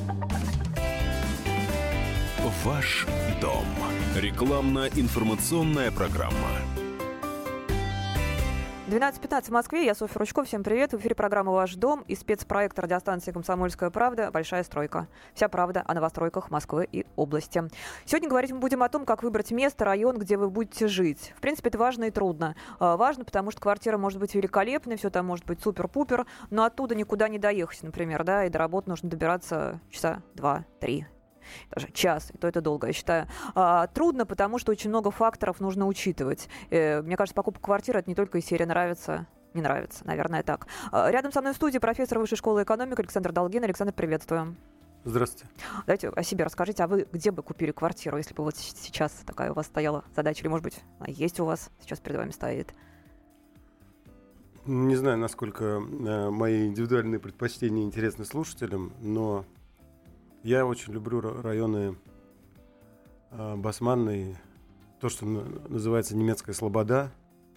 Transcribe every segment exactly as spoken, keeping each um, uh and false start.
Ваш дом. Рекламно-информационная программа. двенадцать пятнадцать в Москве. Я Софья Ручко. Всем привет. В эфире программа «Ваш дом» и спецпроект радиостанции «Комсомольская правда» «Большая стройка». Вся правда о новостройках Москвы и области. Сегодня говорить мы будем о том, как выбрать место, район, где вы будете жить. В принципе, это важно и трудно. Важно, потому что квартира может быть великолепной, все там может быть супер-пупер, но оттуда никуда не доехать, например, да, и до работы нужно добираться часа два-три. Даже час, и то это долго, я считаю. А, трудно, потому что очень много факторов нужно учитывать. Э, мне кажется, покупка квартиры — это не только из серии «нравится», «не нравится», наверное, так. А, рядом со мной в студии профессор Высшей школы экономики Александр Долгин. Александр, приветствую. Здравствуйте. Давайте о себе расскажите. А вы где бы купили квартиру, если бы вот сейчас такая у вас стояла задача? Или, может быть, она есть у вас, сейчас перед вами стоит? Не знаю, насколько э, мои индивидуальные предпочтения интересны слушателям, но я очень люблю районы э, Басманной, то, что называется немецкая слобода.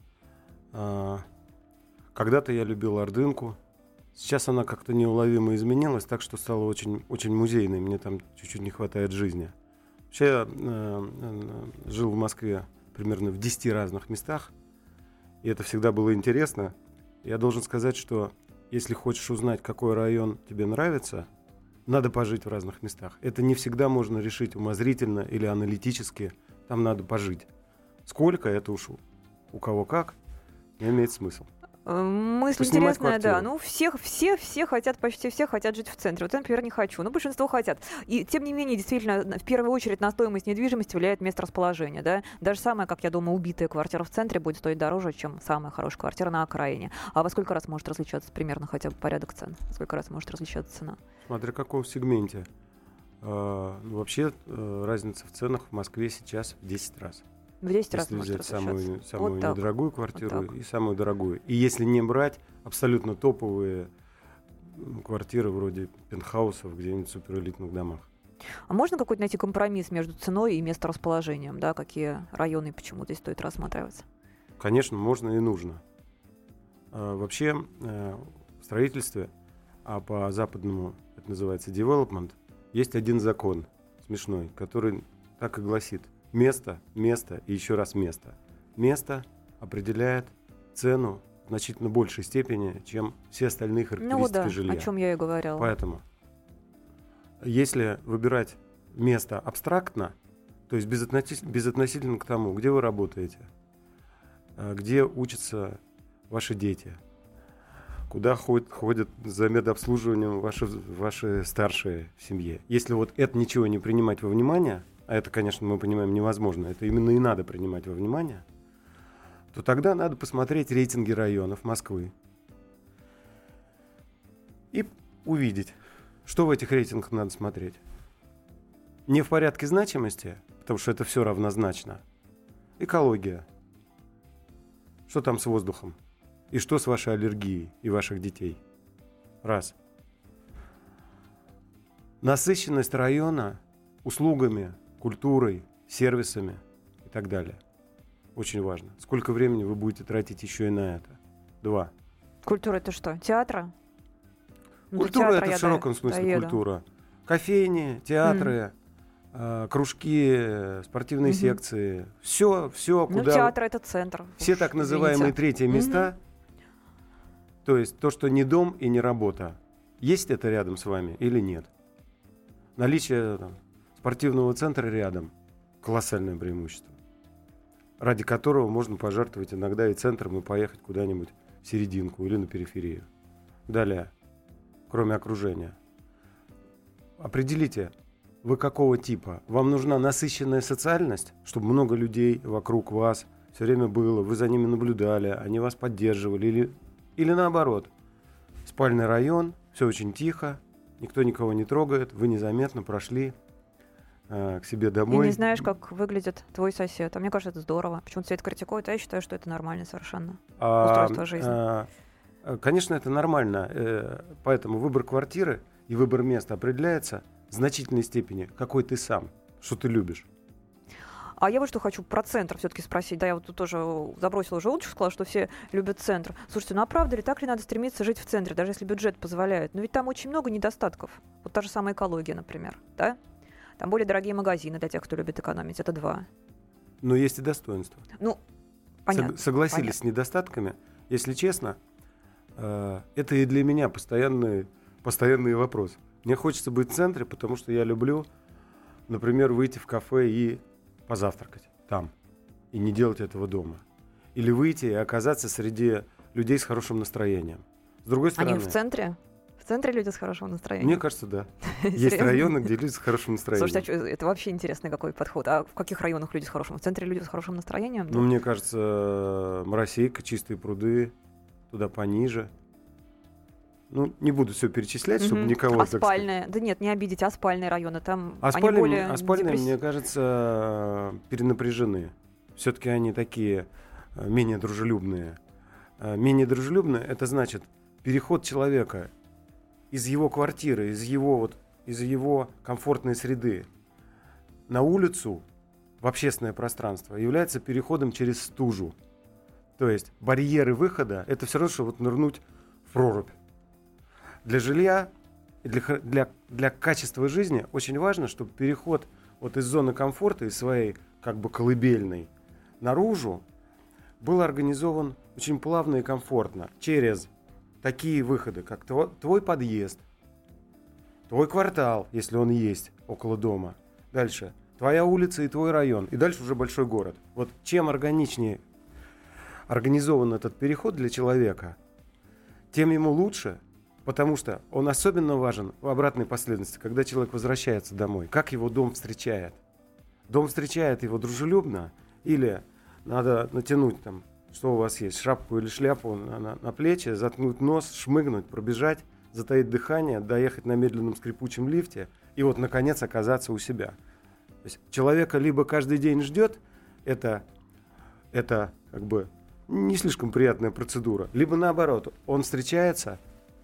Э, когда-то я любил Ордынку. Сейчас она как-то неуловимо изменилась, так что стала очень, очень музейной. Мне там чуть-чуть не хватает жизни. Вообще я э, э, жил в Москве примерно в десяти разных местах, и это всегда было интересно. Я должен сказать, что если хочешь узнать, какой район тебе нравится, надо пожить в разных местах. Это не всегда можно решить умозрительно или аналитически. Там надо пожить. Сколько, это уж у кого как, не имеет смысла. Мысль интересная, да. Ну, всех, все, все хотят, почти все хотят жить в центре. Вот я, например, не хочу. Но большинство хотят. И, тем не менее, действительно, в первую очередь на стоимость недвижимости влияет место расположения. Да? Даже самая, как я думаю, убитая квартира в центре будет стоить дороже, чем самая хорошая квартира на окраине. А во сколько раз может различаться примерно хотя бы порядок цен? Во сколько раз может различаться цена? Смотря в каком сегменте. А, вообще разница в ценах в Москве сейчас в десять раз. В десять раз если может взять самую, самую вот недорогую квартиру вот и самую дорогую. И если не брать абсолютно топовые квартиры вроде пентхаусов где-нибудь в суперэлитных домах. А можно какой-то найти компромисс между ценой и месторасположением? Да? Какие районы и почему здесь стоит рассматривать? Конечно, можно и нужно. А, вообще в строительстве, а по-западному это называется development, есть один закон смешной, который так и гласит: место, место и еще раз место. Место определяет цену в значительно большей степени, чем все остальные характеристики ну, да, жилья. О чем я и говорила. Поэтому, если выбирать место абстрактно, то есть безотносительно, безотносительно к тому, где вы работаете, где учатся ваши дети, куда ходят, ходят за медобслуживанием ваши, ваши старшие в семье. Если вот это ничего не принимать во внимание, а это, конечно, мы понимаем, невозможно, это именно и надо принимать во внимание, то тогда надо посмотреть рейтинги районов Москвы и увидеть, что в этих рейтингах надо смотреть. Не в порядке значимости, потому что это все равнозначно. Экология. Что там с воздухом? И что с вашей аллергией и ваших детей? Раз. Насыщенность района услугами, культурой, сервисами и так далее. Очень важно. Сколько времени вы будете тратить еще и на это? Два. Культура — это что? Театра? Культура — это в широком смысле доеду. Культура. Кофейни, театры, mm. э, кружки, спортивные mm-hmm. секции. Все, все, ну, куда... театр — это центр. Все уж, так называемые извините. третьи места, mm-hmm. то есть то, что не дом и не работа. Есть это рядом с вами или нет? Наличие там, спортивного центра рядом — колоссальное преимущество, ради которого можно пожертвовать иногда и центром и поехать куда-нибудь в серединку или на периферию. Далее, кроме окружения. Определите, вы какого типа. Вам нужна насыщенная социальность, чтобы много людей вокруг вас все время было, вы за ними наблюдали, они вас поддерживали, или, или наоборот. Спальный район, все очень тихо, никто никого не трогает, вы незаметно прошли к себе домой. И не знаешь, как выглядит твой сосед. А мне кажется, это здорово. Почему-то все это критикуют, а я считаю, что это нормально совершенно. А, устройство жизни. А, конечно, это нормально. Поэтому выбор квартиры и выбор места определяется в значительной степени, какой ты сам, что ты любишь. А я вот что хочу про центр все-таки спросить. Да, я вот тут тоже забросила уже удочку, сказала, что все любят центр. Слушайте, ну а правда ли, так ли надо стремиться жить в центре, даже если бюджет позволяет? Но ведь там очень много недостатков. Вот та же самая экология, например, да? Там более дорогие магазины для тех, кто любит экономить. Это два. Но есть и достоинства. Ну, понятно. Сог- согласились понятно. с недостатками. Если честно, э, это и для меня постоянный, постоянный вопрос. Мне хочется быть в центре, потому что я люблю, например, выйти в кафе и позавтракать там. И не делать этого дома. Или выйти и оказаться среди людей с хорошим настроением. С другой стороны... Они в центре? В центре люди с хорошим настроением? Мне кажется, да. Есть районы, где люди с хорошим настроением. Слушайте, а это вообще интересный какой подход. А в каких районах люди с хорошим? В центре люди с хорошим настроением? Ну, мне кажется, Моросейка, Чистые пруды, туда пониже. Ну, не буду все перечислять, чтобы Мгм. никого... А так спальные? Да нет, не обидеть, а спальные районы? Там А они спальные, более а спальные, депресс- мне кажется, перенапряжены. Все-таки они такие э, менее дружелюбные. Э, Менее дружелюбные — это значит переход человека из его квартиры, из его, вот, из его комфортной среды на улицу, в общественное пространство, является переходом через стужу. То есть барьеры выхода — это все равно, что вот нырнуть в прорубь. Для жилья, для, х- для, для качества жизни очень важно, чтобы переход вот из зоны комфорта, из своей как бы колыбельной, наружу был организован очень плавно и комфортно через такие выходы, как тво- твой подъезд, твой квартал, если он есть около дома. Дальше твоя улица и твой район. И дальше уже большой город. Вот чем органичнее организован этот переход для человека, тем ему лучше, потому что он особенно важен в обратной последовательности, когда человек возвращается домой. Как его дом встречает? Дом встречает его дружелюбно или надо натянуть там, что у вас есть, шапку или шляпу на, на, на плечи, заткнуть нос, шмыгнуть, пробежать, затаить дыхание, доехать на медленном скрипучем лифте и вот, наконец, оказаться у себя. То есть человека либо каждый день ждет, это, это как бы не слишком приятная процедура, либо наоборот, он встречается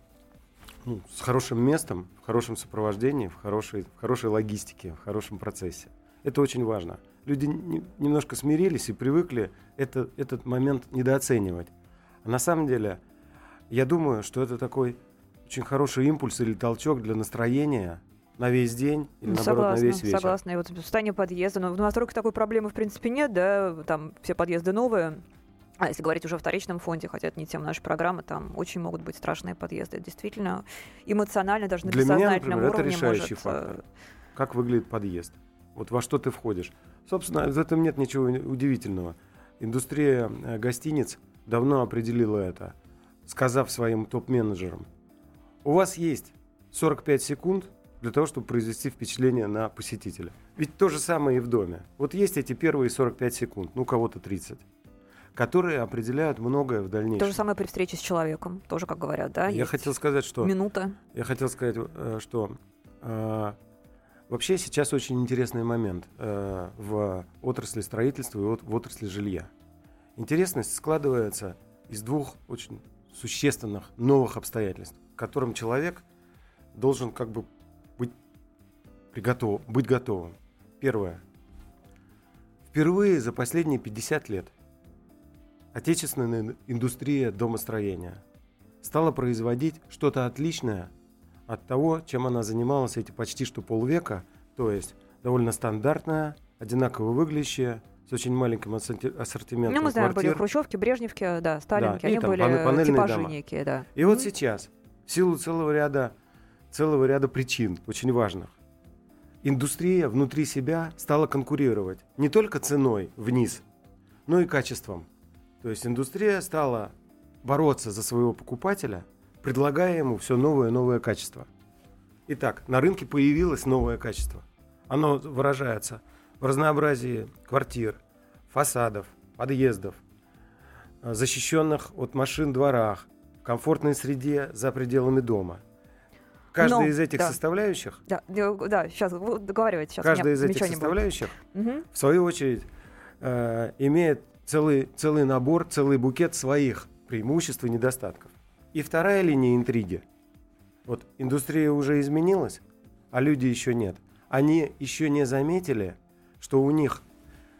ну, с хорошим местом, в хорошем сопровождении, в хорошей, в хорошей логистике, в хорошем процессе. Это очень важно. Люди не, немножко смирились и привыкли это, этот момент недооценивать. А на самом деле, я думаю, что это такой очень хороший импульс или толчок для настроения на весь день или, Ну, наоборот, согласна, на весь вечер. согласна. И вот в состоянии подъезда. Но в новостройках такой проблемы, в принципе, нет, да, там все подъезды новые. А если говорить уже о вторичном фонде, хотя это не тема нашей программы, там очень могут быть страшные подъезды. Это действительно эмоционально, даже на Для меня, бессознательном например, это уровне решающий может... фактор. Как выглядит подъезд? Вот во что ты входишь. Собственно, в этом нет ничего удивительного. Индустрия э, гостиниц давно определила это, сказав своим топ-менеджерам: у вас есть сорок пять секунд для того, чтобы произвести впечатление на посетителя. Ведь то же самое и в доме. Вот есть эти первые сорок пять секунд, ну, у кого-то тридцать, которые определяют многое в дальнейшем. То же самое при встрече с человеком, тоже, как говорят, да? Я есть хотел сказать, что... минута. Я хотел сказать, э, что э, вообще сейчас очень интересный момент э, в отрасли строительства и от- в отрасли жилья. Интересность складывается из двух очень существенных новых обстоятельств, к которым человек должен как бы быть, приготов, быть готовым. Первое. Впервые за последние пятьдесят лет отечественная индустрия домостроения стала производить что-то отличное от того, чем она занималась эти почти что полвека, то есть довольно стандартная, одинаково выглядящая, с очень маленьким ассорти- ассортиментом Ну, мы знаем, были квартир. хрущевки, брежневки, да, сталинки, Да, и они там были пане- панельные типажи дома. некие, да. И вот сейчас, в силу целого ряда, целого ряда причин, очень важных, индустрия внутри себя стала конкурировать не только ценой вниз, но и качеством. То есть индустрия стала бороться за своего покупателя, предлагая ему все новое и новое качество. Итак, на рынке появилось новое качество. Оно выражается в разнообразии квартир, фасадов, подъездов, защищенных от машин дворах, в комфортной среде за пределами дома. Каждая Но, из этих да. составляющих, Да, э, да, сейчас договаривайте. Сейчас каждая из этих ничего не будет. составляющих, Мгм. в свою очередь, э, имеет целый, целый набор, целый букет своих преимуществ и недостатков. И вторая линия интриги. Вот индустрия уже изменилась, а люди еще нет. Они еще не заметили, что у них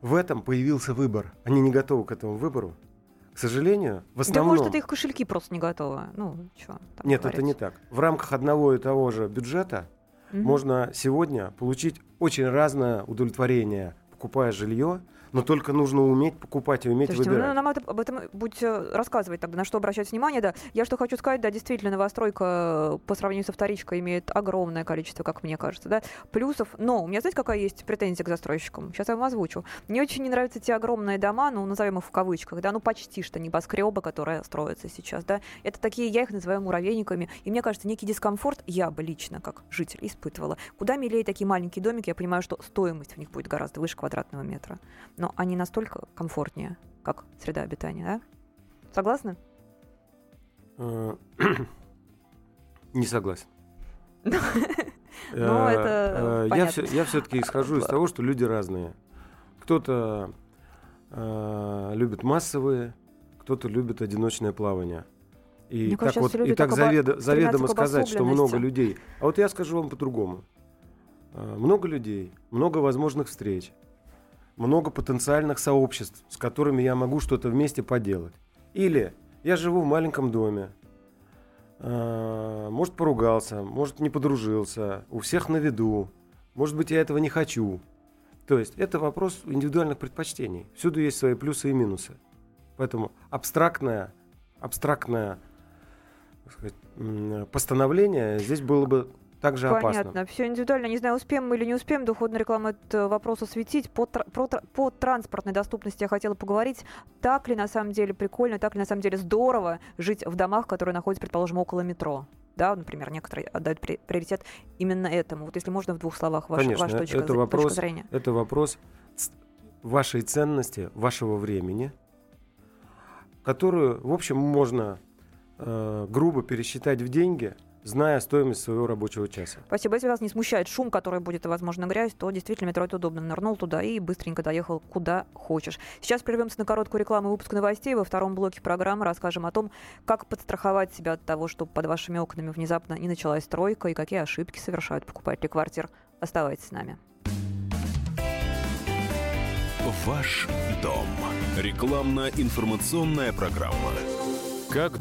в этом появился выбор. Они не готовы к этому выбору. К сожалению, в основном... Да, может, это их кошельки просто не готовы. Ну, что там Нет, говорить. это не так. В рамках одного и того же бюджета угу. можно сегодня получить очень разное удовлетворение, покупая жилье, но только нужно уметь покупать и уметь Слушайте, выбирать. Ну, нам это, об этом будете рассказывать тогда, на что обращать внимание. Да. Я что хочу сказать, да, действительно, новостройка по сравнению со вторичкой имеет огромное количество, как мне кажется, да, плюсов. Но у меня, знаете, какая есть претензия к застройщикам? Сейчас я вам озвучу. Мне очень не нравятся те огромные дома, ну, назовем их в кавычках, да, ну, почти что небоскребы, которые строятся сейчас, да. Это такие, я их называю муравейниками. И мне кажется, некий дискомфорт я бы лично, как житель, испытывала. Куда милее такие маленькие домики, я понимаю, что стоимость в них будет гораздо выше квадратного метра. Но они настолько комфортнее, как среда обитания, да? Согласны? Не согласен. Ну, это понятно. Я все-таки исхожу из того, что люди разные. Кто-то любит массовые, кто-то любит одиночное плавание. И так, вот, и так заведо, заведомо сказать, что много людей. А вот я скажу вам по-другому. Много людей, много возможных встреч, много потенциальных сообществ, с которыми я могу что-то вместе поделать. Или я живу в маленьком доме, э, может, поругался, может, не подружился, у всех на виду, может быть, я этого не хочу. То есть это вопрос индивидуальных предпочтений. Всюду есть свои плюсы и минусы. Поэтому абстрактное, абстрактное, так сказать, постановление здесь было бы также опасно. Понятно. Все индивидуально. Не знаю, успеем мы или не успеем до уходной рекламы этот вопрос осветить. По, тр- про, по транспортной доступности я хотела поговорить. Так ли на самом деле прикольно, так ли на самом деле здорово жить в домах, которые находятся, предположим, около метро? Да, например, некоторые отдают при- приоритет именно этому. Вот если можно в двух словах, ваша, Конечно, ваша точка, это з- вопрос, точка зрения. Это вопрос вашей ценности, вашего времени, которую, в общем, можно э, грубо пересчитать в деньги, зная стоимость своего рабочего часа. Спасибо. Если вас не смущает шум, который будет, возможно, грязь, то действительно метро это удобно. Нырнул туда и быстренько доехал куда хочешь. Сейчас прервемся на короткую рекламу и выпуск новостей. Во втором блоке программы расскажем о том, как подстраховать себя от того, чтобы под вашими окнами внезапно не началась стройка и какие ошибки совершают покупатели квартир. Оставайтесь с нами. Ваш дом. Рекламно-информационная программа. Как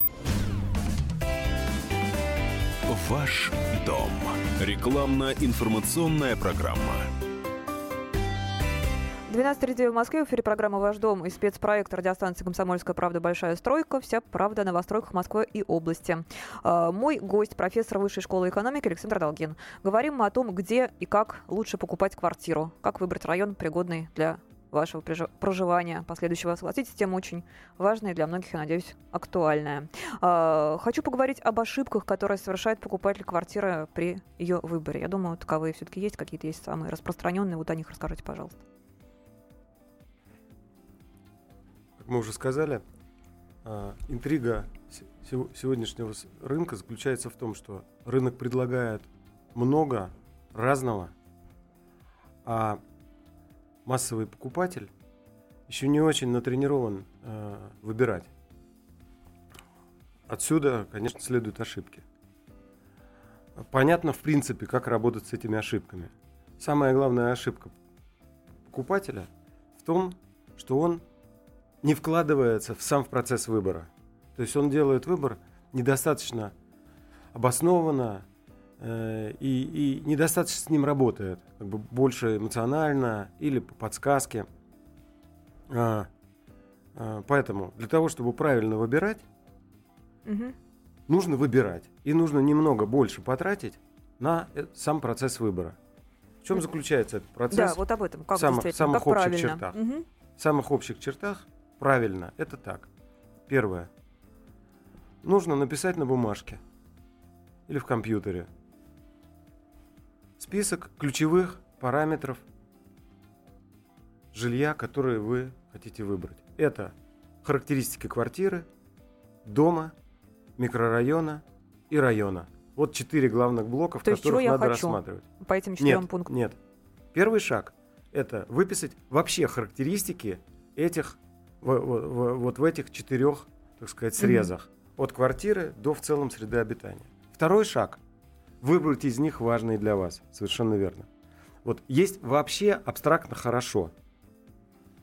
Ваш дом. Рекламно-информационная программа. двенадцать тридцать в Москве. В эфире программа «Ваш дом» и спецпроект радиостанции «Комсомольская правда. Большая стройка». Вся правда о новостройках Москвы и области. Мой гость, профессор Высшей школы экономики Александр Долгин. Говорим мы о том, где и как лучше покупать квартиру. Как выбрать район, пригодный для вашего проживания последующего. Согласитесь, тема очень важная и для многих, я надеюсь, актуальная. Хочу поговорить об ошибках, которые совершает покупатель квартиры при ее выборе. Я думаю, таковые все-таки есть, какие-то есть самые распространенные. Вот о них расскажите, пожалуйста. Как мы уже сказали, интрига сегодняшнего рынка заключается в том, что рынок предлагает много разного, а массовый покупатель еще не очень натренирован э, выбирать. Отсюда, конечно, следуют ошибки. Понятно, в принципе, как работать с этими ошибками. Самая главная ошибка покупателя в том, что он не вкладывается в сам в процесс выбора. То есть он делает выбор недостаточно обоснованно, И, и недостаточно с ним работает, как бы больше эмоционально или по подсказке. А, а, поэтому для того, чтобы правильно выбирать, угу. нужно выбирать. И нужно немного больше потратить на сам процесс выбора. В чем заключается этот процесс? Да, вот об этом. Как в самых, самых как общих правильно. чертах. Угу. В самых общих чертах правильно. Это так. Первое. Нужно написать на бумажке или в компьютере список ключевых параметров жилья, которые вы хотите выбрать. Это характеристики квартиры, дома, микрорайона и района. Вот четыре главных блока, в То которых надо хочу рассматривать. По этим четырем нет, пунктам. Нет. Первый шаг – это выписать вообще характеристики этих, в, в, вот в этих четырех, так сказать, срезах. Mm-hmm. От квартиры до в целом среды обитания. Второй шаг – выбрать из них важные для вас. Совершенно верно. Вот есть вообще абстрактно хорошо.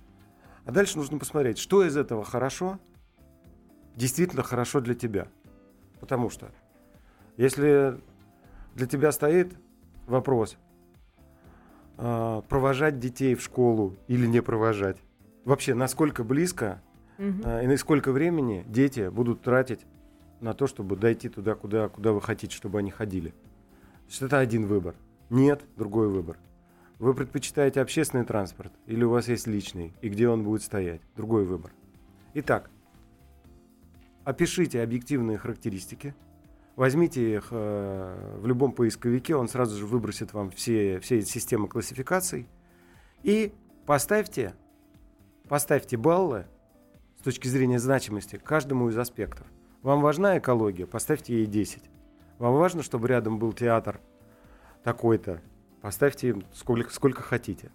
А дальше нужно посмотреть, что из этого хорошо, действительно хорошо для тебя. Потому что если для тебя стоит вопрос э, провожать детей в школу или не провожать, вообще насколько близко Мгм. э, и на сколько времени дети будут тратить на то, чтобы дойти туда, куда, куда вы хотите, чтобы они ходили. То есть это один выбор. Нет, другой выбор. Вы предпочитаете общественный транспорт или у вас есть личный, и где он будет стоять? Другой выбор. Итак, опишите объективные характеристики, возьмите их э, в любом поисковике, он сразу же выбросит вам все, все эти системы классификаций, и поставьте, поставьте баллы с точки зрения значимости каждому из аспектов. Вам важна экология? Поставьте ей десять. Вам важно, чтобы рядом был театр такой-то? Поставьте им сколько, сколько хотите.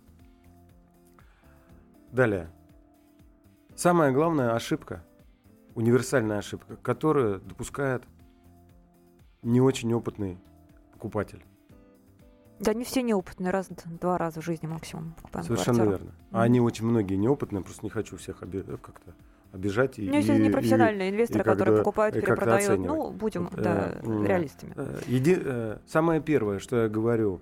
Далее. Самая главная ошибка, универсальная ошибка, которую допускает не очень опытный покупатель. Да, не все неопытные, раз, два раза в жизни максимум покупаем Совершенно квартиру. верно. А они очень многие неопытные, просто не хочу всех оби- как-то обижать. И, Ну, если и- не профессиональные и- инвесторы, и как которые бы- покупают, и как-то перепродают, оценивать. ну, будем, Вот, да, э, реалистами. э, еди- э, Самое первое, что я говорю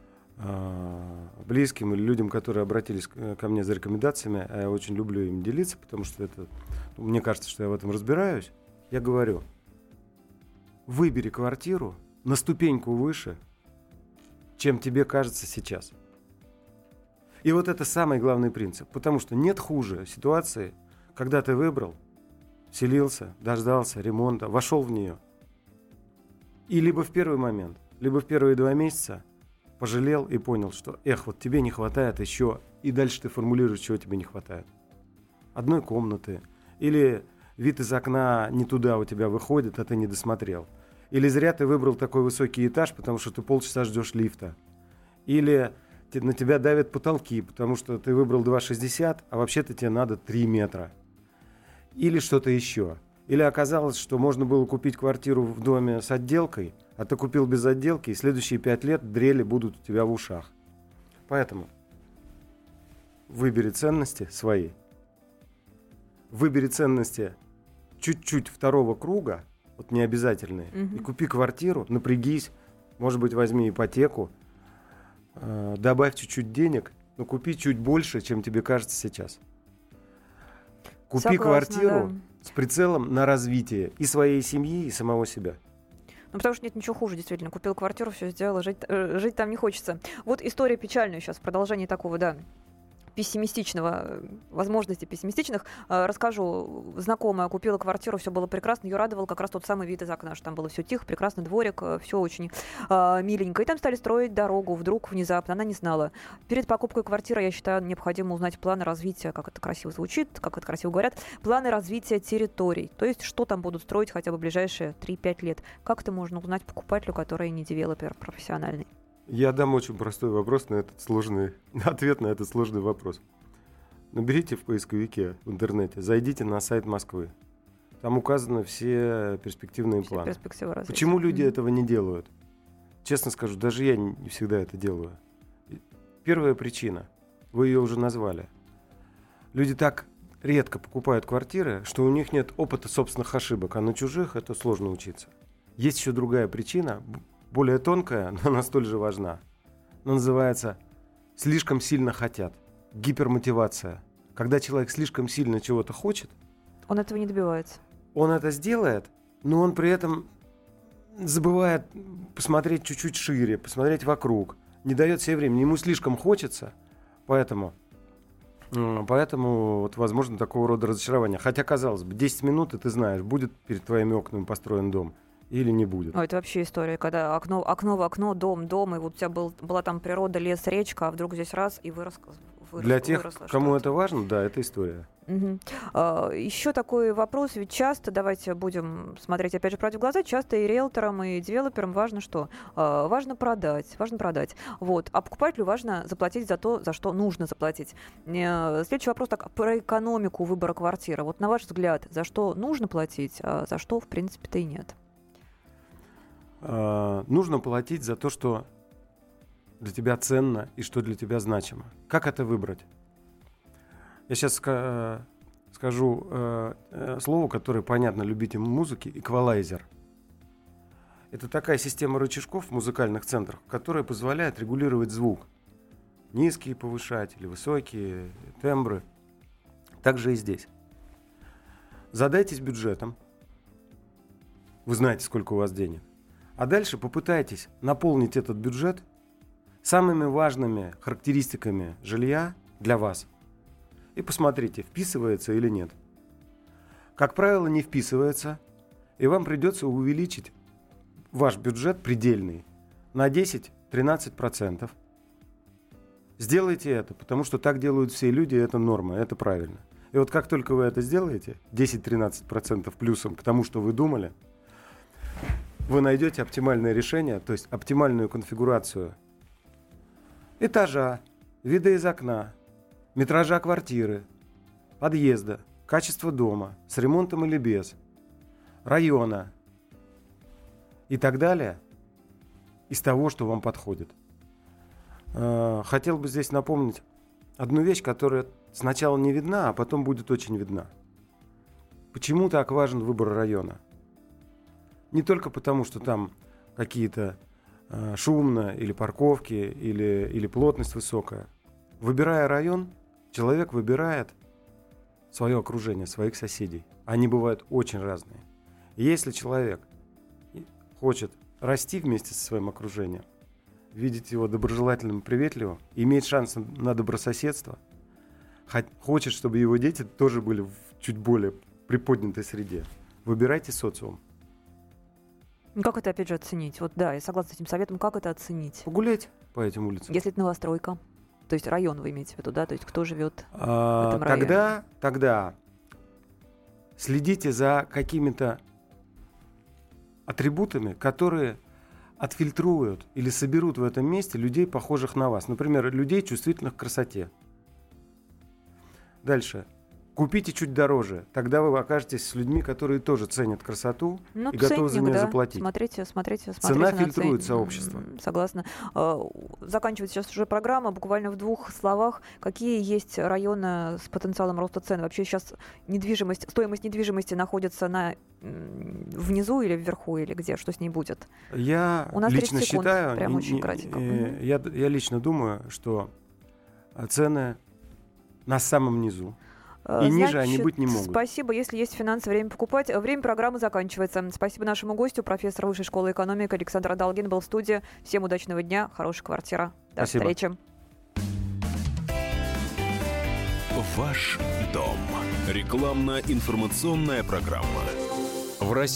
э, близким или людям, которые обратились к- ко мне за рекомендациями, а я очень люблю им делиться, потому что это, мне кажется, что я в этом разбираюсь, я говорю, выбери квартиру на ступеньку выше, чем тебе кажется сейчас. И вот это самый главный принцип, потому что нет хуже ситуации, когда ты выбрал, селился, дождался ремонта, вошел в нее. И либо в первый момент, либо в первые два месяца пожалел и понял, что, эх, вот тебе не хватает еще, и дальше ты формулируешь, чего тебе не хватает. Одной комнаты, или вид из окна не туда у тебя выходит, а ты не досмотрел. Или зря ты выбрал такой высокий этаж, потому что ты полчаса ждешь лифта. Или те- на тебя давят потолки, потому что ты выбрал два шестьдесят, а вообще-то тебе надо три метра. Или что-то еще. Или оказалось, что можно было купить квартиру в доме с отделкой, а ты купил без отделки, и следующие пять лет дрели будут у тебя в ушах. Поэтому выбери ценности свои. Выбери ценности чуть-чуть второго круга, вот не обязательные, Мгм. и купи квартиру, напрягись, может быть, возьми ипотеку, э, добавь чуть-чуть денег, но купи чуть больше, чем тебе кажется сейчас. Купи Согласна, квартиру да. с прицелом на развитие и своей семьи, и самого себя. Ну, потому что нет ничего хуже, действительно. Купил квартиру, все сделал, жить, э, жить там не хочется. Вот история печальная сейчас, в продолжении такого, да, пессимистичного, э, возможностей пессимистичных. Э, расскажу. Знакомая купила квартиру, все было прекрасно, ее радовал как раз тот самый вид из окна, что там было все тихо, прекрасный дворик, все очень э, миленько. И там стали строить дорогу, вдруг внезапно, она не знала. Перед покупкой квартиры, я считаю, необходимо узнать планы развития, как это красиво звучит, как это красиво говорят, планы развития территорий. То есть, что там будут строить хотя бы в ближайшие три-пять лет. Как это можно узнать покупателю, который не девелопер профессиональный? Я дам очень простой вопрос на этот сложный, ответ на этот сложный вопрос. Наберите в поисковике в интернете, зайдите на сайт Москвы. Там указаны все перспективные Все планы. перспективы развития. Почему люди Мгм. этого не делают? Честно скажу, даже я не всегда это делаю. Первая причина, вы ее уже назвали. Люди так редко покупают квартиры, что у них нет опыта собственных ошибок, а на чужих это сложно учиться. Есть еще другая причина, более тонкая, но она столь же важна. Она называется «слишком сильно хотят». Гипермотивация. Когда человек слишком сильно чего-то хочет, Он этого не добивается. он это сделает, но он при этом забывает посмотреть чуть-чуть шире, посмотреть вокруг. Не дает себе времени. Ему слишком хочется, поэтому, м, поэтому вот, возможно, такого рода разочарование. Хотя, казалось бы, десять минут, и ты знаешь, будет перед твоими окнами построен дом или не будет. О, это вообще история, когда окно, окно в окно, дом, дом, и вот у тебя был, была там природа, лес, речка, а вдруг здесь раз и вырос. вырос Для тех, выросло кому что-то. это важно, да, это история. Мгм. А, еще такой вопрос, ведь часто, давайте будем смотреть опять же правде в глаза, часто и риэлторам, и девелоперам важно что? А, важно продать, важно продать. Вот. А покупателю важно заплатить за то, за что нужно заплатить. Э, Следующий вопрос так, про экономику выбора квартиры. Вот на ваш взгляд, за что нужно платить, а за что, в принципе-то, и нет? А, нужно платить за то, что для тебя ценно и что для тебя значимо. Как это выбрать? Я сейчас ска- скажу э, э, слово, которое понятно любителям музыки, эквалайзер. Это такая система рычажков в музыкальных центрах, которая позволяет регулировать звук. Низкие повышатели, высокие, тембры. Так же и здесь. Задайтесь бюджетом. Вы знаете, сколько у вас денег. А дальше попытайтесь наполнить этот бюджет самыми важными характеристиками жилья для вас. И посмотрите, вписывается или нет. Как правило, не вписывается, и вам придется увеличить ваш бюджет предельный на десять-тринадцать процентов. Сделайте это, потому что так делают все люди, это норма, это правильно. И вот как только вы это сделаете, десять-тринадцать процентов плюсом к тому, что вы думали, вы найдете оптимальное решение, то есть оптимальную конфигурацию этажа, вида из окна, метража квартиры, подъезда, качества дома, с ремонтом или без, района и так далее, из того, что вам подходит. Хотел бы здесь напомнить одну вещь, которая сначала не видна, а потом будет очень видна. Почему так важен выбор района? Не только потому, что там какие-то э, шумно, или парковки, или, или плотность высокая. Выбирая район, человек выбирает свое окружение, своих соседей. Они бывают очень разные. И если человек хочет расти вместе со своим окружением, видеть его доброжелательным, приветливым, иметь шанс на добрососедство, хочет, чтобы его дети тоже были в чуть более приподнятой среде, выбирайте социум. Как это, опять же, оценить? Вот да, я согласна с этим советом. Как это оценить? Погулять по этим улицам. Если это новостройка, то есть район вы имеете в виду, да? То есть кто живет а, в этом районе? Тогда, тогда следите за какими-то атрибутами, которые отфильтруют или соберут в этом месте людей, похожих на вас. Например, людей, чувствительных к красоте. Дальше. Купите чуть дороже. Тогда вы окажетесь с людьми, которые тоже ценят красоту ну, и готовы за нее да. заплатить. Смотрите, смотрите, смотрите. Цена на фильтрует цен... сообщество. Согласна. Заканчивается сейчас уже программа. Буквально в двух словах. Какие есть районы с потенциалом роста цен? Вообще сейчас недвижимость, стоимость недвижимости находится на внизу или вверху, или где? Что с ней будет? Я У нас лично секунд, считаю, прям не, очень не, кратенько. э, я, я лично думаю, что цены на самом низу. И Значит, ниже они быть не могут. Спасибо. Если есть финансы, время покупать. Время программы заканчивается. Спасибо нашему гостю, профессору Высшей школы экономики Александр Адалгин был в студии. Всем удачного дня, хорошей квартиры. До Спасибо. встречи. Ваш дом. Рекламно-информационная программа.